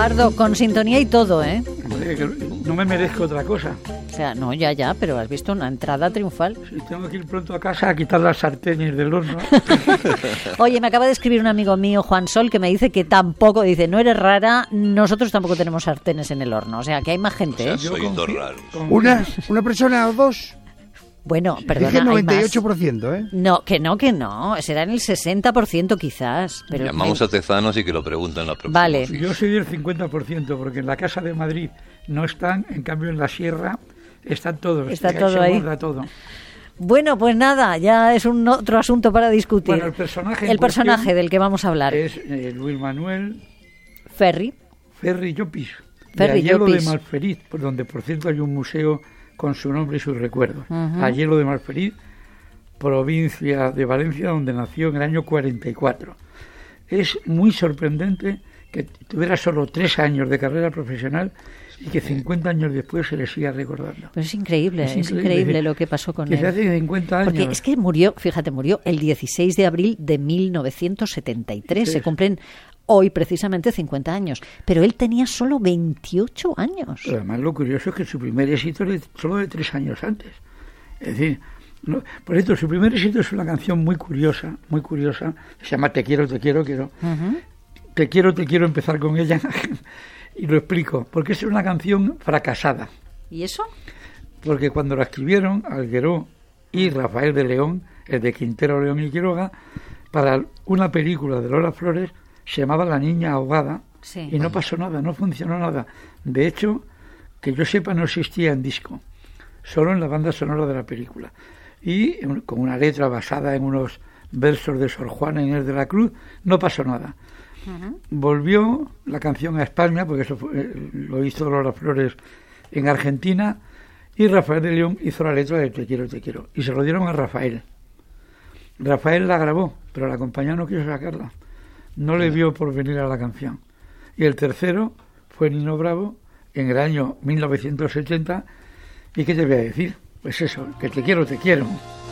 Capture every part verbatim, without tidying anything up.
Pardo, con sintonía y todo, ¿eh? No me merezco otra cosa. O sea, no, ya, ya, pero has visto una entrada triunfal. Sí, tengo que ir pronto a casa a quitar las sartenes del horno. Oye, me acaba de escribir un amigo mío, Juan Sol, que me dice que tampoco, dice, no eres rara, nosotros tampoco tenemos sartenes en el horno. O sea, que hay más gente, ¿eh? O sea, soy dos raros. ¿Una, una persona o dos? Bueno, perdona, Dije el noventa y ocho hay por ciento, más. ¿eh? No, que no, que no, será en el sesenta por ciento quizás. Pero Llamamos me... a Tezanos y que lo pregunten la próxima. Vale. Yo soy del cincuenta por ciento, porque en la Casa de Madrid no están, en cambio en la Sierra están todos. Está todo ahí. Todo. Bueno, pues nada, ya es un otro asunto para discutir. Bueno, el personaje, el personaje del que vamos a hablar es eh, Luis Manuel Ferri. Ferri Llopis, Ferri de Ayelo Llopis. de Malferit, por donde por cierto hay un museo con su nombre y sus recuerdos. Uh-huh. Ayelo de Malferit, provincia de Valencia, donde nació en el año cuarenta y cuatro. Es muy sorprendente que tuviera solo tres años de carrera profesional y que cincuenta años después se le siga recordando. Pero es increíble, es, Es increíble, increíble lo que pasó con que él. se hace cincuenta años. Porque es que murió, fíjate, murió el dieciséis de abril de mil novecientos setenta y tres. Sí. Se cumplen hoy precisamente cincuenta años. Pero él tenía solo veintiocho años. Pero además lo curioso es que su primer éxito es solo de tres años antes. Es decir, no, por cierto, su primer éxito es una canción muy curiosa, muy curiosa, se llama Te quiero, te quiero, quiero. Uh-huh. Te quiero, te quiero empezar con ella. Y lo explico, porque es una canción fracasada. ¿Y eso? Porque cuando la escribieron Algueró y Rafael de León, el de Quintero, León y Quiroga, para una película de Lola Flores, se llamaba La niña ahogada, Sí. y no pasó nada, no funcionó nada. De hecho, que yo sepa, no existía en disco, solo en la banda sonora de la película. Y con una letra basada en unos versos de Sor Juana Inés de la Cruz, no pasó nada. Uh-huh. Volvió la canción a España, porque eso fue, lo hizo Lola Flores en Argentina, y Rafael de León hizo la letra de Te quiero, te quiero, y se lo dieron a Rafael. Rafael la grabó, pero la compañía no quiso sacarla, no le vio por venir a la canción. Y el tercero fue Nino Bravo en el año mil novecientos setenta, y ¿qué te voy a decir? Pues eso, que te quiero, te quiero.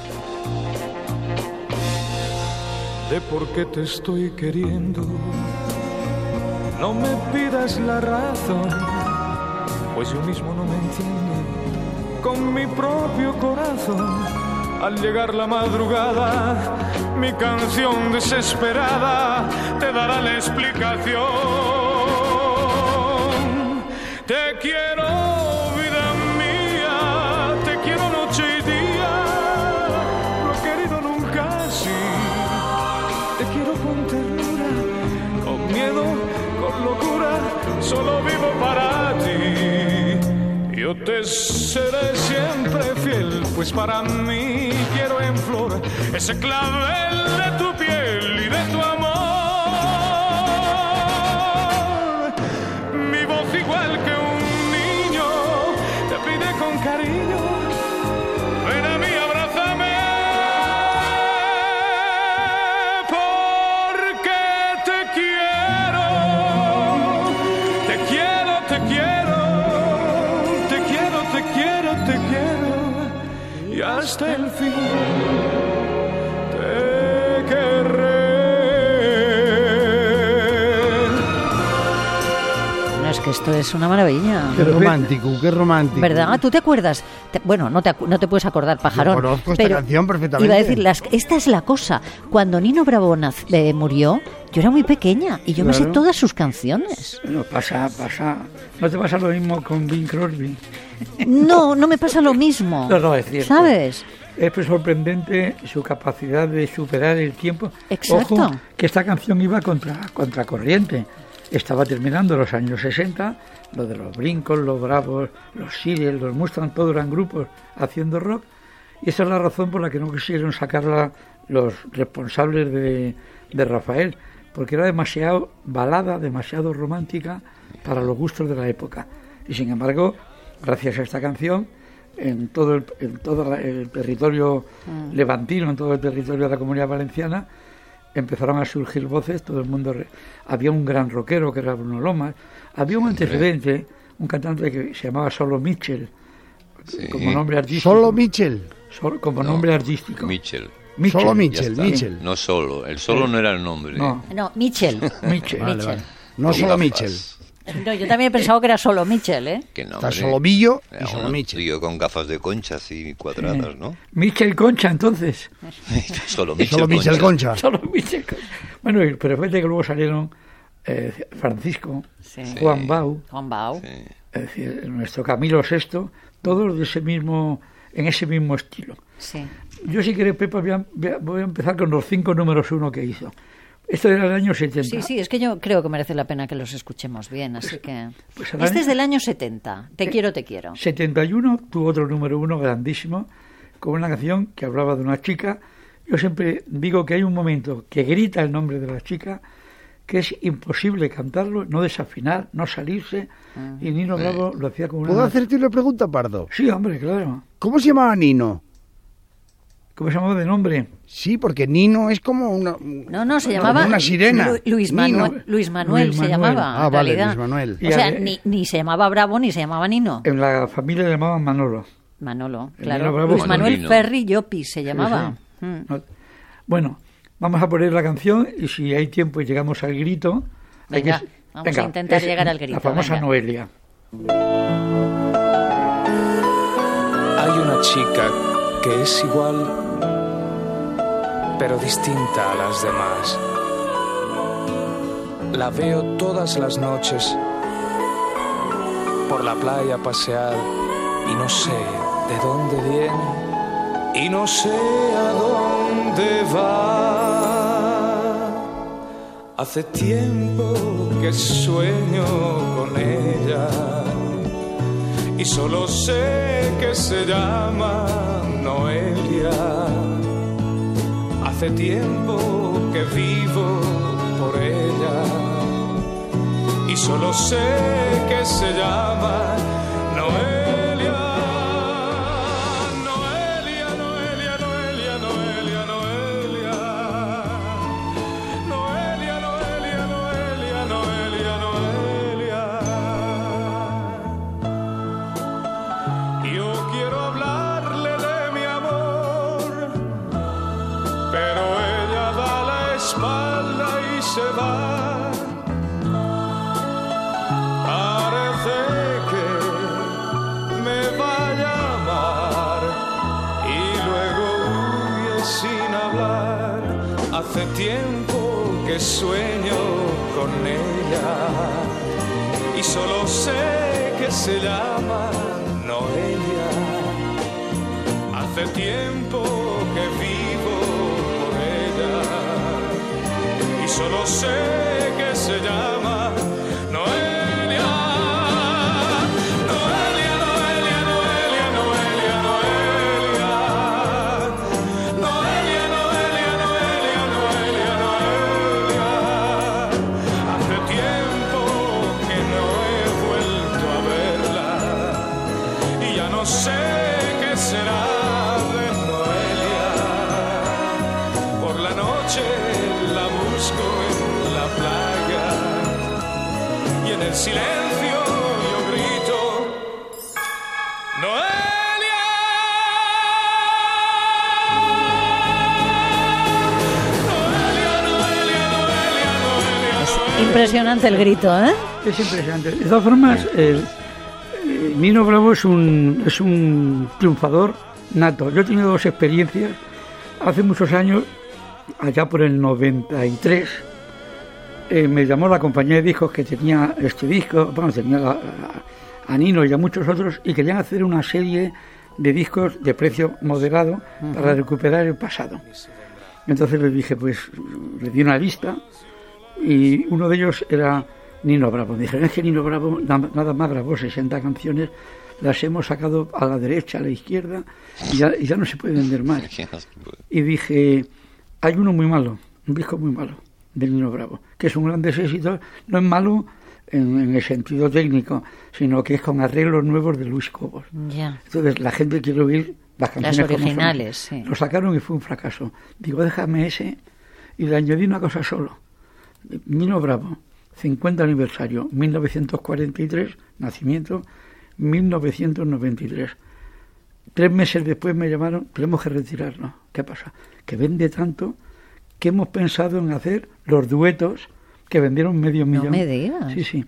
De por qué te estoy queriendo, no me pidas la razón, pues yo mismo no me entiendo con mi propio corazón. Al llegar la madrugada, mi canción desesperada te dará la explicación. Te quiero, vida mía, te quiero noche y día, no he querido nunca así. Te quiero con ternura, con miedo, con locura, solo vivo para ti. Yo te seré siempre fiel, pues para mí quiero en flor ese clavel de tu piel y de tu amor. Mi voz igual que un niño te pide con cariño, ven a mí, abrázame. Y hasta el fin te querré. No, es que esto es una maravilla. Qué romántico, qué romántico. ¿Verdad? ¿Tú te acuerdas? Te- bueno, no te, acu- no te puedes acordar, pajarón. Yo conozco esta pero canción perfectamente. Iba a decir, las, esta es la cosa. Cuando Nino Bravo naz- eh, murió, yo era muy pequeña y yo me sé Claro. todas sus canciones. Bueno, pasa, pasa. ¿No te pasa lo mismo con Bing Crosby? No, no me pasa lo mismo. No, no, es cierto. ¿Sabes? Es pues sorprendente su capacidad de superar el tiempo. Exacto. Ojo, que esta canción iba contra contracorriente. Estaba terminando los años sesenta, lo de los Brincos, los Bravos, los Sirius, los Mustang, todos eran grupos haciendo rock. Y esa es la razón por la que no quisieron sacarla los responsables de, de Rafael, porque era demasiado balada, demasiado romántica para los gustos de la época. Y sin embargo, gracias a esta canción, en todo el, en todo la- el territorio Mm. levantino, en todo el territorio de la Comunidad Valenciana, empezaron a surgir voces, todo el mundo... re- Había un gran rockero que era Bruno Lomas, había un antecedente, un cantante que se llamaba Solo Mitchell, Sí. como nombre artístico. Solo Mitchell. Sol- como No, nombre artístico. Mitchell. Mitchell. Solo Ya Mitchell, está. Mitchell. No solo. El solo no era el nombre. No, No, Mitchell. Mitchell. Vale, Mitchell. vale. No Con solo gafas. Mitchell. No, yo también he pensado que era solo Michel, ¿eh? Que no, Está hombre. Solomillo y Era un Solomichel. tío con gafas de concha así cuadradas, ¿no? Michel Concha, entonces. Solo Y solo Michel Concha. Solo Michel Concha. Bueno, y- pero fíjate que luego salieron eh, Francisco, Sí. Juan Bau, Juan Bau. Sí. es decir, nuestro Camilo sexto, todos de ese mismo, en ese mismo estilo. Sí. Yo si quieres, Pepa, voy a, voy a- voy a empezar con los cinco números uno que hizo. Esto era el año setenta. Sí, sí, es que yo creo que merece la pena que los escuchemos bien, así que... pues al Este año- es del año setenta, Te quiero, te quiero. setenta y uno tuvo otro número uno grandísimo, con una canción que hablaba de una chica. Yo siempre digo que hay un momento que grita el nombre de la chica, que es imposible cantarlo, no desafinar, no salirse, y Nino Bravo lo hacía con una... ¿Puedo hacerte una pregunta, Pardo? Sí, hombre, claro. ¿Cómo se llamaba Nino? ¿Cómo se llamaba de nombre? Sí, porque Nino es como una... No, no, se como llamaba... una sirena. Lu- Luis, Nino. Manuel, Luis Manuel Luis se Manuel. llamaba, Ah, en vale, realidad. Luis Manuel. Y O sea, a- ni, ni se llamaba Bravo ni se llamaba Nino. En la familia le llamaban Manolo. Manolo, El claro. Nino Bravo Luis con Manuel Nino. Ferri Llopis se llamaba. Sí, Mm. sí. Bueno, vamos a poner la canción y si hay tiempo y llegamos al grito... hay Venga, que- vamos a intentar es llegar al grito, La famosa venga. Noelia. Hay una chica que es igual, pero distinta a las demás. La veo todas las noches por la playa pasear y no sé de dónde viene y no sé a dónde va. Hace tiempo que sueño con ella y solo sé que se llama Noelia. Hace tiempo que vivo por ella y solo sé que se llama Noelia. Noelia, Noelia, Noelia, Noelia, Noelia. Noelia, Noelia, Noelia, Noelia, Noelia. Yo quiero hablarle de mi amor, pero ella da la espalda y se va. Parece que me va a llamar y luego huye sin hablar. Hace tiempo que sueño con ella y solo sé que se llama Noelia. Hace tiempo que vivo por ella y solo sé que se llama Noelia. Noelia, Noelia, Noelia, Noelia, Noelia. Noelia, Noelia, Noelia, Noelia, Noelia. Hace tiempo que no he vuelto a verla y ya no sé qué será de Noelia. Por la noche la busco en la playa y en el silencio yo grito Noelia. Noelia, Noelia, Noelia, Noelia, Noelia. Impresionante el grito, ¿eh? Es impresionante. De todas formas, eh, eh, Nino Bravo es un, es un triunfador nato. Yo he tenido dos experiencias. Hace muchos años, allá por el noventa y tres, eh, me llamó la compañía de discos que tenía este disco, bueno, tenía la- a, a Nino y a muchos otros, y querían hacer una serie de discos de precio moderado para recuperar el pasado. Entonces les dije, pues, le di una lista y uno de ellos era Nino Bravo. Me dijeron, es que Nino Bravo na- nada más grabó sesenta canciones, las hemos sacado a la derecha, a la izquierda, y ya, y ya no se puede vender más. Y dije, hay uno muy malo, un disco muy malo, de Nino Bravo, que es un gran éxito, no es malo en, en el sentido técnico, sino que es con arreglos nuevos de Luis Cobos. Ya. Entonces la gente quiere oír las canciones Las como son. originales, sí. Lo sacaron y fue un fracaso. Digo, déjame ese, y le añadí una cosa solo. Nino Bravo, cincuenta aniversario, mil novecientos cuarenta y tres, nacimiento, mil novecientos noventa y tres. Tres meses después me llamaron, tenemos que retirarnos. ¿Qué pasa? Que vende tanto que hemos pensado en hacer los duetos que vendieron medio No millón. me digas. Sí, sí.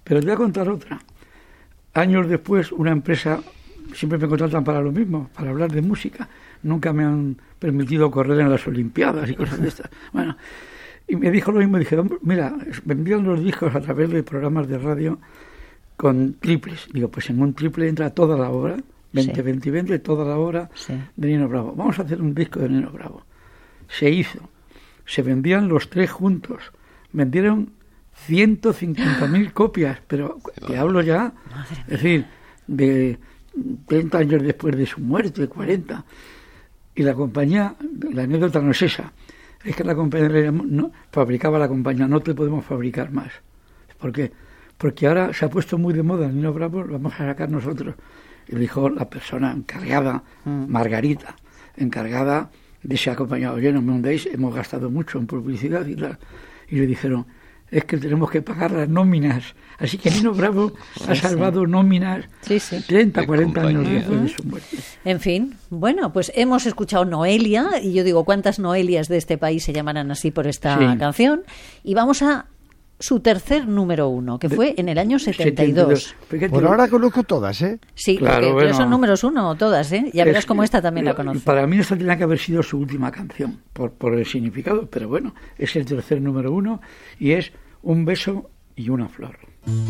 Pero te voy a contar otra. Años después, una empresa, siempre me contratan para lo mismo, para hablar de música. Nunca me han permitido correr en las Olimpiadas y cosas de estas. Bueno, y me dijo lo mismo, dije, mira, me envían los discos a través de programas de radio con triples. Digo, pues en un triple entra toda la obra, veinte, Sí. veinte, veinte, toda la obra Sí. de Nino Bravo. Vamos a hacer un disco de Nino Bravo. Se hizo. Se vendían los tres juntos. Vendieron ciento cincuenta mil copias, pero te hablo ya, es decir, de treinta años después de su muerte, cuarenta. Y la compañía, la anécdota no es esa, es que la compañía no, fabricaba la compañía, no te podemos fabricar más. ¿Por qué? Porque ahora se ha puesto muy de moda Nino Bravo, lo vamos a sacar nosotros. Y le dijo la persona encargada, Margarita, encargada de ese acompañado, oye, no me hundéis, hemos gastado mucho en publicidad y tal. Y le dijeron, es que tenemos que pagar las nóminas. Así que Nino Bravo ha salvado sí. nóminas sí, sí. treinta, De cuarenta años compañía. después de su muerte. En fin, bueno, pues hemos escuchado Noelia, y yo digo, ¿cuántas Noelias de este país se llamarán así por esta Sí. canción? Y vamos a su tercer número uno, que fue en el año setenta y dos. Fíjate, Por ahora conozco todas, ¿eh? Sí, Claro, porque bueno. son números uno todas, ¿eh? Ya verás es- como esta también la lo- conoces. Para mí esta tenía que haber sido su última canción, por, por el significado, pero bueno, es el tercer número uno y es Un beso y una flor.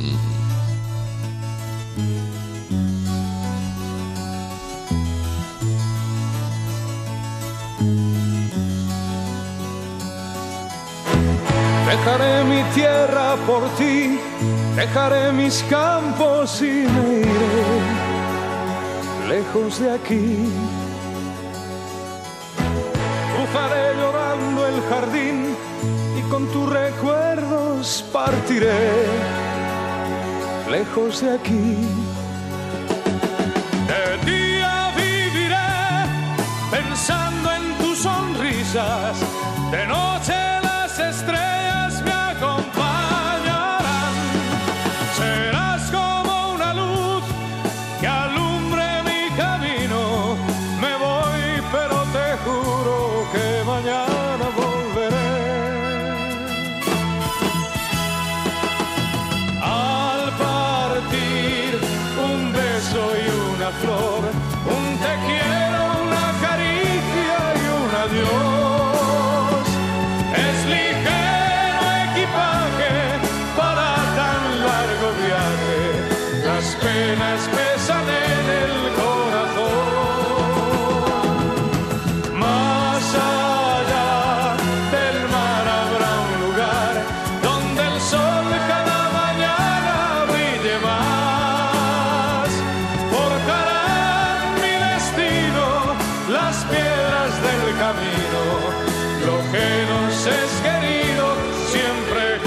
Dejaré mi tierra por ti, dejaré mis campos y me iré lejos de aquí. Cruzaré llorando el jardín y con tus recuerdos partiré lejos de aquí. De día viviré pensando en tus sonrisas, de noche las estrellas me acompañarán. Serás como una luz que alumbre mi camino. Me voy, pero te juro que mañana volveré. Al partir, un beso y una flor, un te quiero, una caricia y un adiós. Es ligero equipaje para tan largo viaje, las penas pesan en el corazón. Más allá del mar habrá un lugar donde el sol cada mañana brille más. Forjarán mi destino las piedras del camino. Lo que nos es querido siempre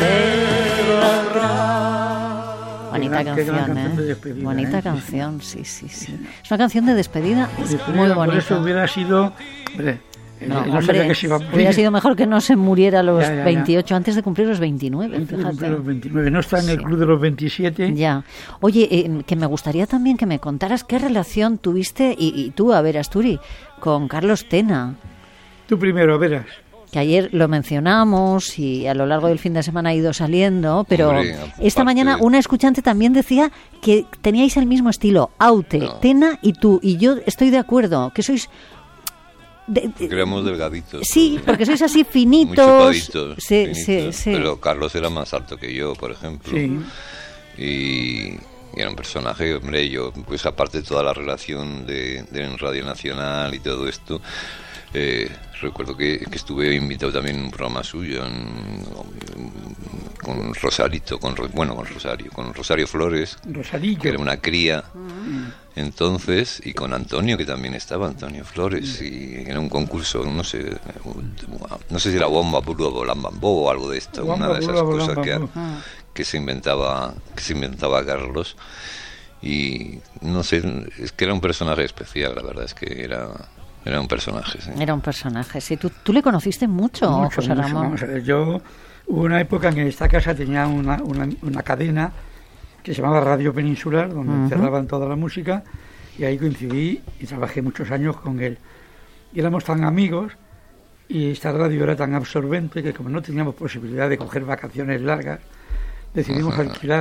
quedará. Bonita Qué gran- qué gran canción, canción de ¿eh? despedida, Bonita ¿eh? Sí, canción, sí, sí, sí. Es una canción de despedida Oye, pero muy por bonita. eso hubiera sido... Hombre, eh, No, no hombre, sabía que se iba a morir. hubiera sido mejor que no se muriera a los Ya, ya, ya. veintiocho, antes de cumplir los veintinueve, Antes de cumplir fíjate. los veintinueve. No está en el Sí. club de los veintisiete. Ya. Oye, eh, que me gustaría también que me contaras qué relación tuviste, y, y tú, a ver, Asturi, con Carlos Tena, Tú primero, verás. que ayer lo mencionamos y a lo largo del fin de semana ha ido saliendo, pero Hombre, esta aparte mañana de- una escuchante también decía que teníais el mismo estilo, Aute, No. Tena y tú, y yo estoy de acuerdo, que sois... de- de- Éramos delgaditos. sí, porque sois así Muy finitos. chupaditos. Sí, finitos. sí, sí. Pero Carlos era más alto que yo, por ejemplo. Sí. Y, y era un personaje, hombre, yo, pues aparte de toda la relación de, de en Radio Nacional y todo esto, eh, recuerdo que, que estuve invitado también en un programa suyo en- con Rosarito, con, Ro- bueno, con Rosario, con Rosario Flores, Rosarillo. que era una cría entonces, y con Antonio, que también estaba, Antonio Flores, y era un concurso, no sé, no sé si era Bomba Puro o Bolambambó o algo de esto, Bomba una de esas Puro, cosas que, Bolambambó. que se inventaba, que se inventaba Carlos, y no sé, es que era un personaje especial, la verdad es que era, era un personaje, sí. Era un personaje, sí. ¿Tú, tú le conociste mucho, Mucho, José mucho. Ramón? Vamos a ver, yo hubo una época en que esta casa tenía una, una, una cadena que se llamaba Radio Peninsular, donde Ujú. cerraban toda la música, y ahí coincidí y trabajé muchos años con él. Y éramos tan amigos y esta radio era tan absorbente que como no teníamos posibilidad de coger vacaciones largas, decidimos Ajá. alquilar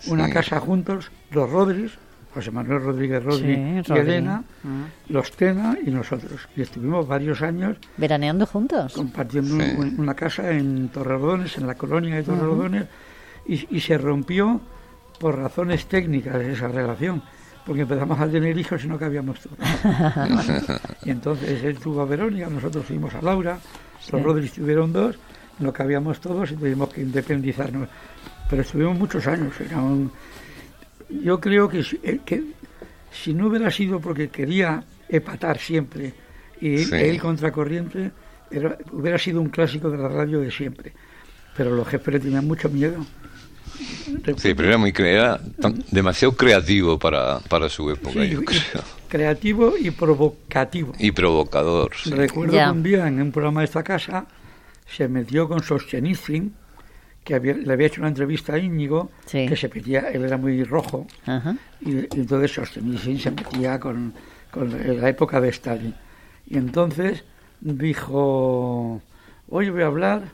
una Sí. casa juntos, los Rodríguez, José Manuel Rodríguez Rodríguez Sí, y Rodríguez. Elena, Mm. los Tena y nosotros. Y estuvimos varios años Veraneando juntos. compartiendo Sí. un- una casa en Torrelodones, en la colonia de Torrelodones, y, y se rompió por razones técnicas esa relación, porque empezamos a tener hijos y no cabíamos todos. Y entonces él tuvo a Verónica, nosotros fuimos a Laura, los Rodríguez tuvieron dos, no cabíamos todos y tuvimos que independizarnos. Pero estuvimos muchos años. Era un... Yo creo que si, eh, que si no hubiera sido porque quería epatar siempre y Sí. él contracorriente, era, hubiera sido un clásico de la radio de siempre. Pero los jefes le tenían mucho miedo. Sí, pero era muy cre- era tan- demasiado creativo para, para su época, Sí, yo y- creo. creativo y provocativo. Y provocador, sí. Recuerdo Ya. que un día en un programa de esta casa se metió con Solzhenitsyn, que había- le había hecho una entrevista a Íñigo, Sí. que se metía, él era muy rojo, Ajá. y, y entonces Solzhenitsyn se metía con, con la época de Stalin. Y entonces dijo, hoy voy a hablar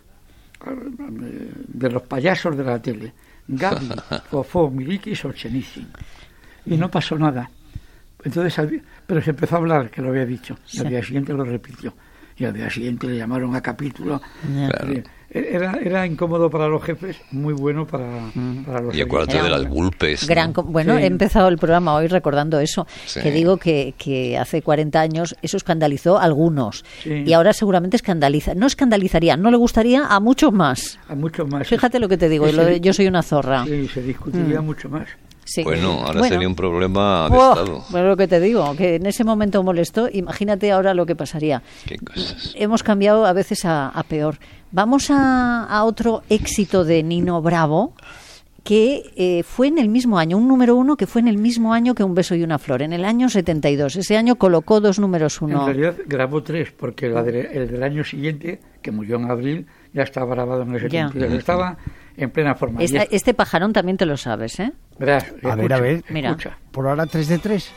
eh, de los payasos de la tele, Gabi, Fofó, Miliki y Solzhenitsyn. Y no pasó nada. Entonces, al- pero se empezó a hablar, que lo había dicho, y Sí. al día siguiente lo repitió. Y al día siguiente le llamaron a capítulo. Ya. Claro. Eh, Era, era incómodo para los jefes, muy bueno para, para los Y acuérdate Era de un las Vulpes, ¿no? Gran, com- bueno, Sí. he empezado el programa hoy recordando eso, Sí. que digo que, que hace cuarenta años eso escandalizó a algunos Sí. y ahora seguramente escandaliza, no escandalizaría, no le gustaría a muchos más. A mucho más. Fíjate lo que te digo, Ese- lo de yo soy una zorra. Sí, se discutiría mucho más. Sí. Bueno, ahora Bueno. sería un problema de Oh, Estado. pues lo que te digo, que en ese momento molestó, imagínate ahora lo que pasaría. Qué cosas. Hemos cambiado a veces a, a peor. Vamos a, a otro éxito de Nino Bravo, que eh, fue en el mismo año, un número uno que fue en el mismo año que Un beso y una flor, en el año setenta y dos. Ese año colocó dos números uno. En realidad grabó tres, porque la de- el del año siguiente, que murió en abril, ya estaba grabado en el Ya. setenta y dos. Estaba en plena forma. Y Esta- es- este pajarón también te lo sabes, ¿eh? verás, A ver, a ver. Mira. escucha. Por ahora tres de tres.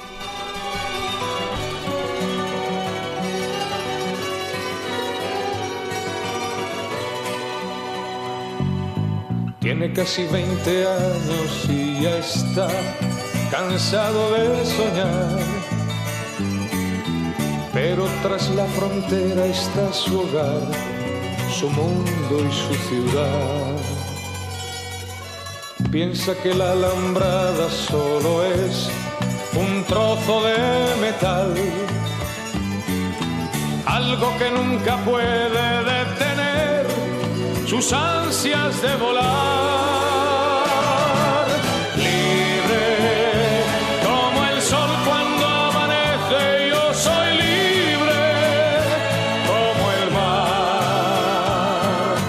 Tiene casi veinte años y ya está cansado de soñar. Pero tras la frontera está su hogar, su mundo y su ciudad. Piensa que la alambrada solo es un trozo de metal, algo que nunca puede detener sus ansias de volar. Libre como el sol cuando amanece, yo soy libre como el mar.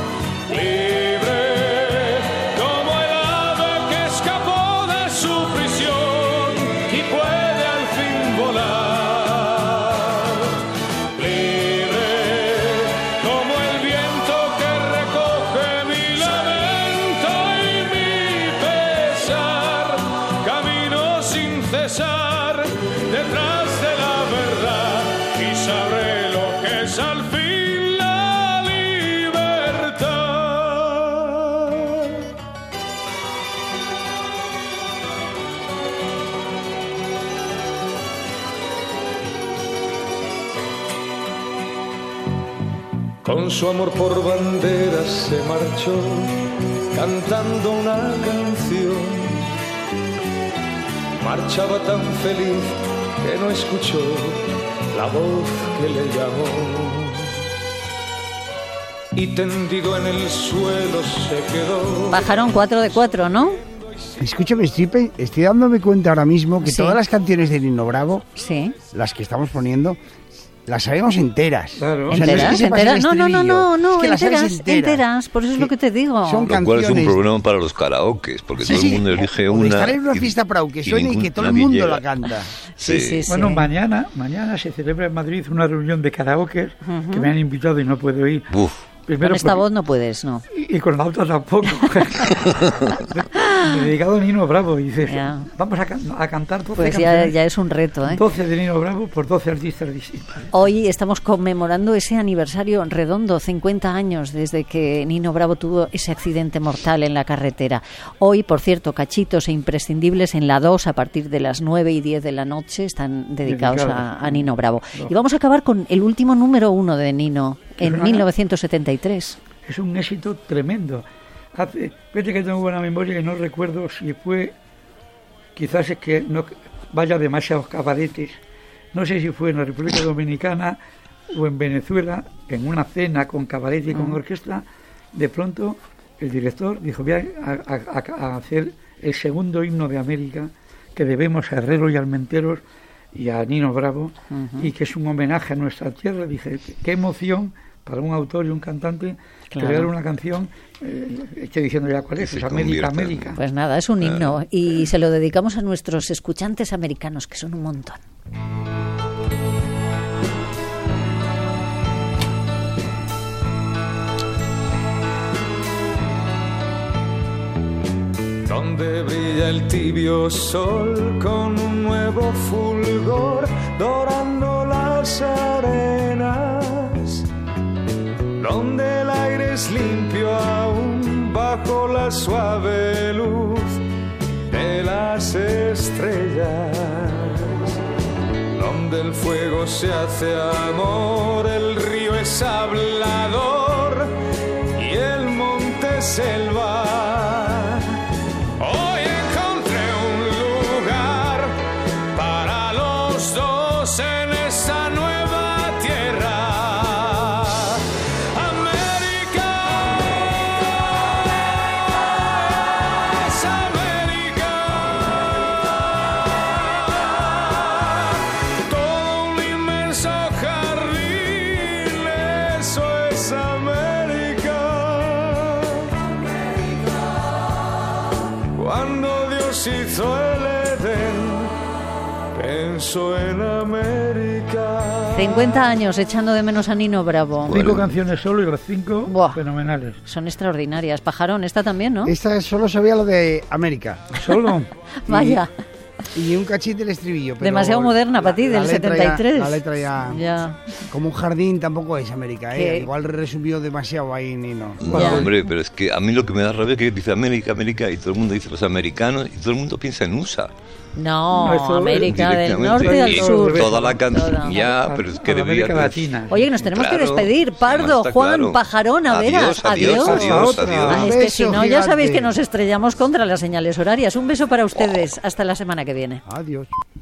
Libre como el ave que escapó de su prisión y puede al fin volar. Libre como el viento que recoge mi lamento y mi pesar, camino sin cesar detrás de la verdad y sabré lo que es al fin la libertad. Con su amor por banderas se marchó, cantando una canción. Marchaba tan feliz que no escuchó la voz que le llamó. Y tendido en el suelo se quedó. Pajarón cuatro de cuatro, ¿no? Escúchame, estoy, pe- estoy dándome cuenta ahora mismo que Sí. todas las canciones de Nino Bravo, Sí. las que estamos poniendo, las sabemos enteras. Claro. O sea, no es que ¿Enteras? sepas el ¿Enteras? No, no, no, estribillo, no, no, es que las sabes enteras, enteras, por eso es lo que te digo. Son Lo cual es un canciones- problema para los karaokes, porque Sí, todo sí, el mundo elige o de una. estar en una y- fiesta para que y suene y ningún- que todo el nadie mundo llega. la canta. Sí, sí, sí. Bueno, mañana, mañana se celebra en Madrid una reunión de karaoke que me han invitado y no puedo ir. Uf, Primero Con esta porque- voz no puedes, no. y, y con la otra tampoco. dedicado a Nino Bravo. Y dices, Ya. vamos a, can- a cantar doce Pues ya, canciones. ya es un reto, ¿eh? doce de Nino Bravo por doce artistas distintos. Hoy estamos conmemorando ese aniversario redondo, cincuenta años desde que Nino Bravo tuvo ese accidente mortal en la carretera. Hoy, por cierto, cachitos e imprescindibles en la dos a partir de las nueve y diez de la noche están dedicados a, Dedicados. a Nino Bravo. Y vamos a acabar con el último número uno de Nino en Ajá. mil novecientos setenta y tres. Es un éxito tremendo. Hace, fíjate que tengo buena memoria y no recuerdo si fue, quizás es que no vaya demasiados cabaretes, no sé si fue en la República Dominicana o en Venezuela, en una cena con cabaret y con orquesta, de pronto el director dijo, voy a, a- a- a hacer el segundo himno de América que debemos a Herrero y Almenteros y a Nino Bravo, y que es un homenaje a nuestra tierra. Dije, qué emoción para un autor y un cantante Claro. crear una canción, eh, estoy diciendo ya cuál Que es, se es América, convierta en- América. Pues nada, es un himno y se lo dedicamos a nuestros escuchantes americanos, que son un montón. Donde brilla el tibio sol con un nuevo fulgor dorando las arenas, donde el aire es limpio aún bajo la suave luz de las estrellas, donde el fuego se hace amor, el río es hablador y el monte selva. Hoy encontré un lugar para los dos en esa nueva tierra. América es América. Todo un inmenso jardín, eso es América. Cuando Dios hizo el Edén, pensó en América. cincuenta años echando de menos a Nino Bravo. Cinco canciones solo y las cinco Buah. fenomenales. Son extraordinarias. Pajarón, esta también, ¿no? Esta solo sabía lo de América. Solo. Vaya, Y un cachín del estribillo. pero demasiado moderna la- para ti, la del letra setenta y tres. ya- la letra ya, Ya. Como un jardín tampoco es América, ¿eh? Que- Igual resumió demasiado ahí Nino. No, Ya. hombre, pero es que a mí lo que me da rabia es que dice América, América, y todo el mundo dice los americanos, y todo el mundo piensa en U S A. No, No, esto- América del Directamente. norte al Y sur. Toda la canción, Toda. ya, pero es que A la debería... América Latina. Oye, que nos tenemos que Claro, despedir. sí, Pardo, está Juan, claro. Pajarón, a Adiós, veras. adiós, adiós, Otra. adiós. Ah, Un es que si beso no, ya sabéis gigante. que nos estrellamos contra las señales horarias. Un beso para ustedes. Hasta la semana que viene. Adiós.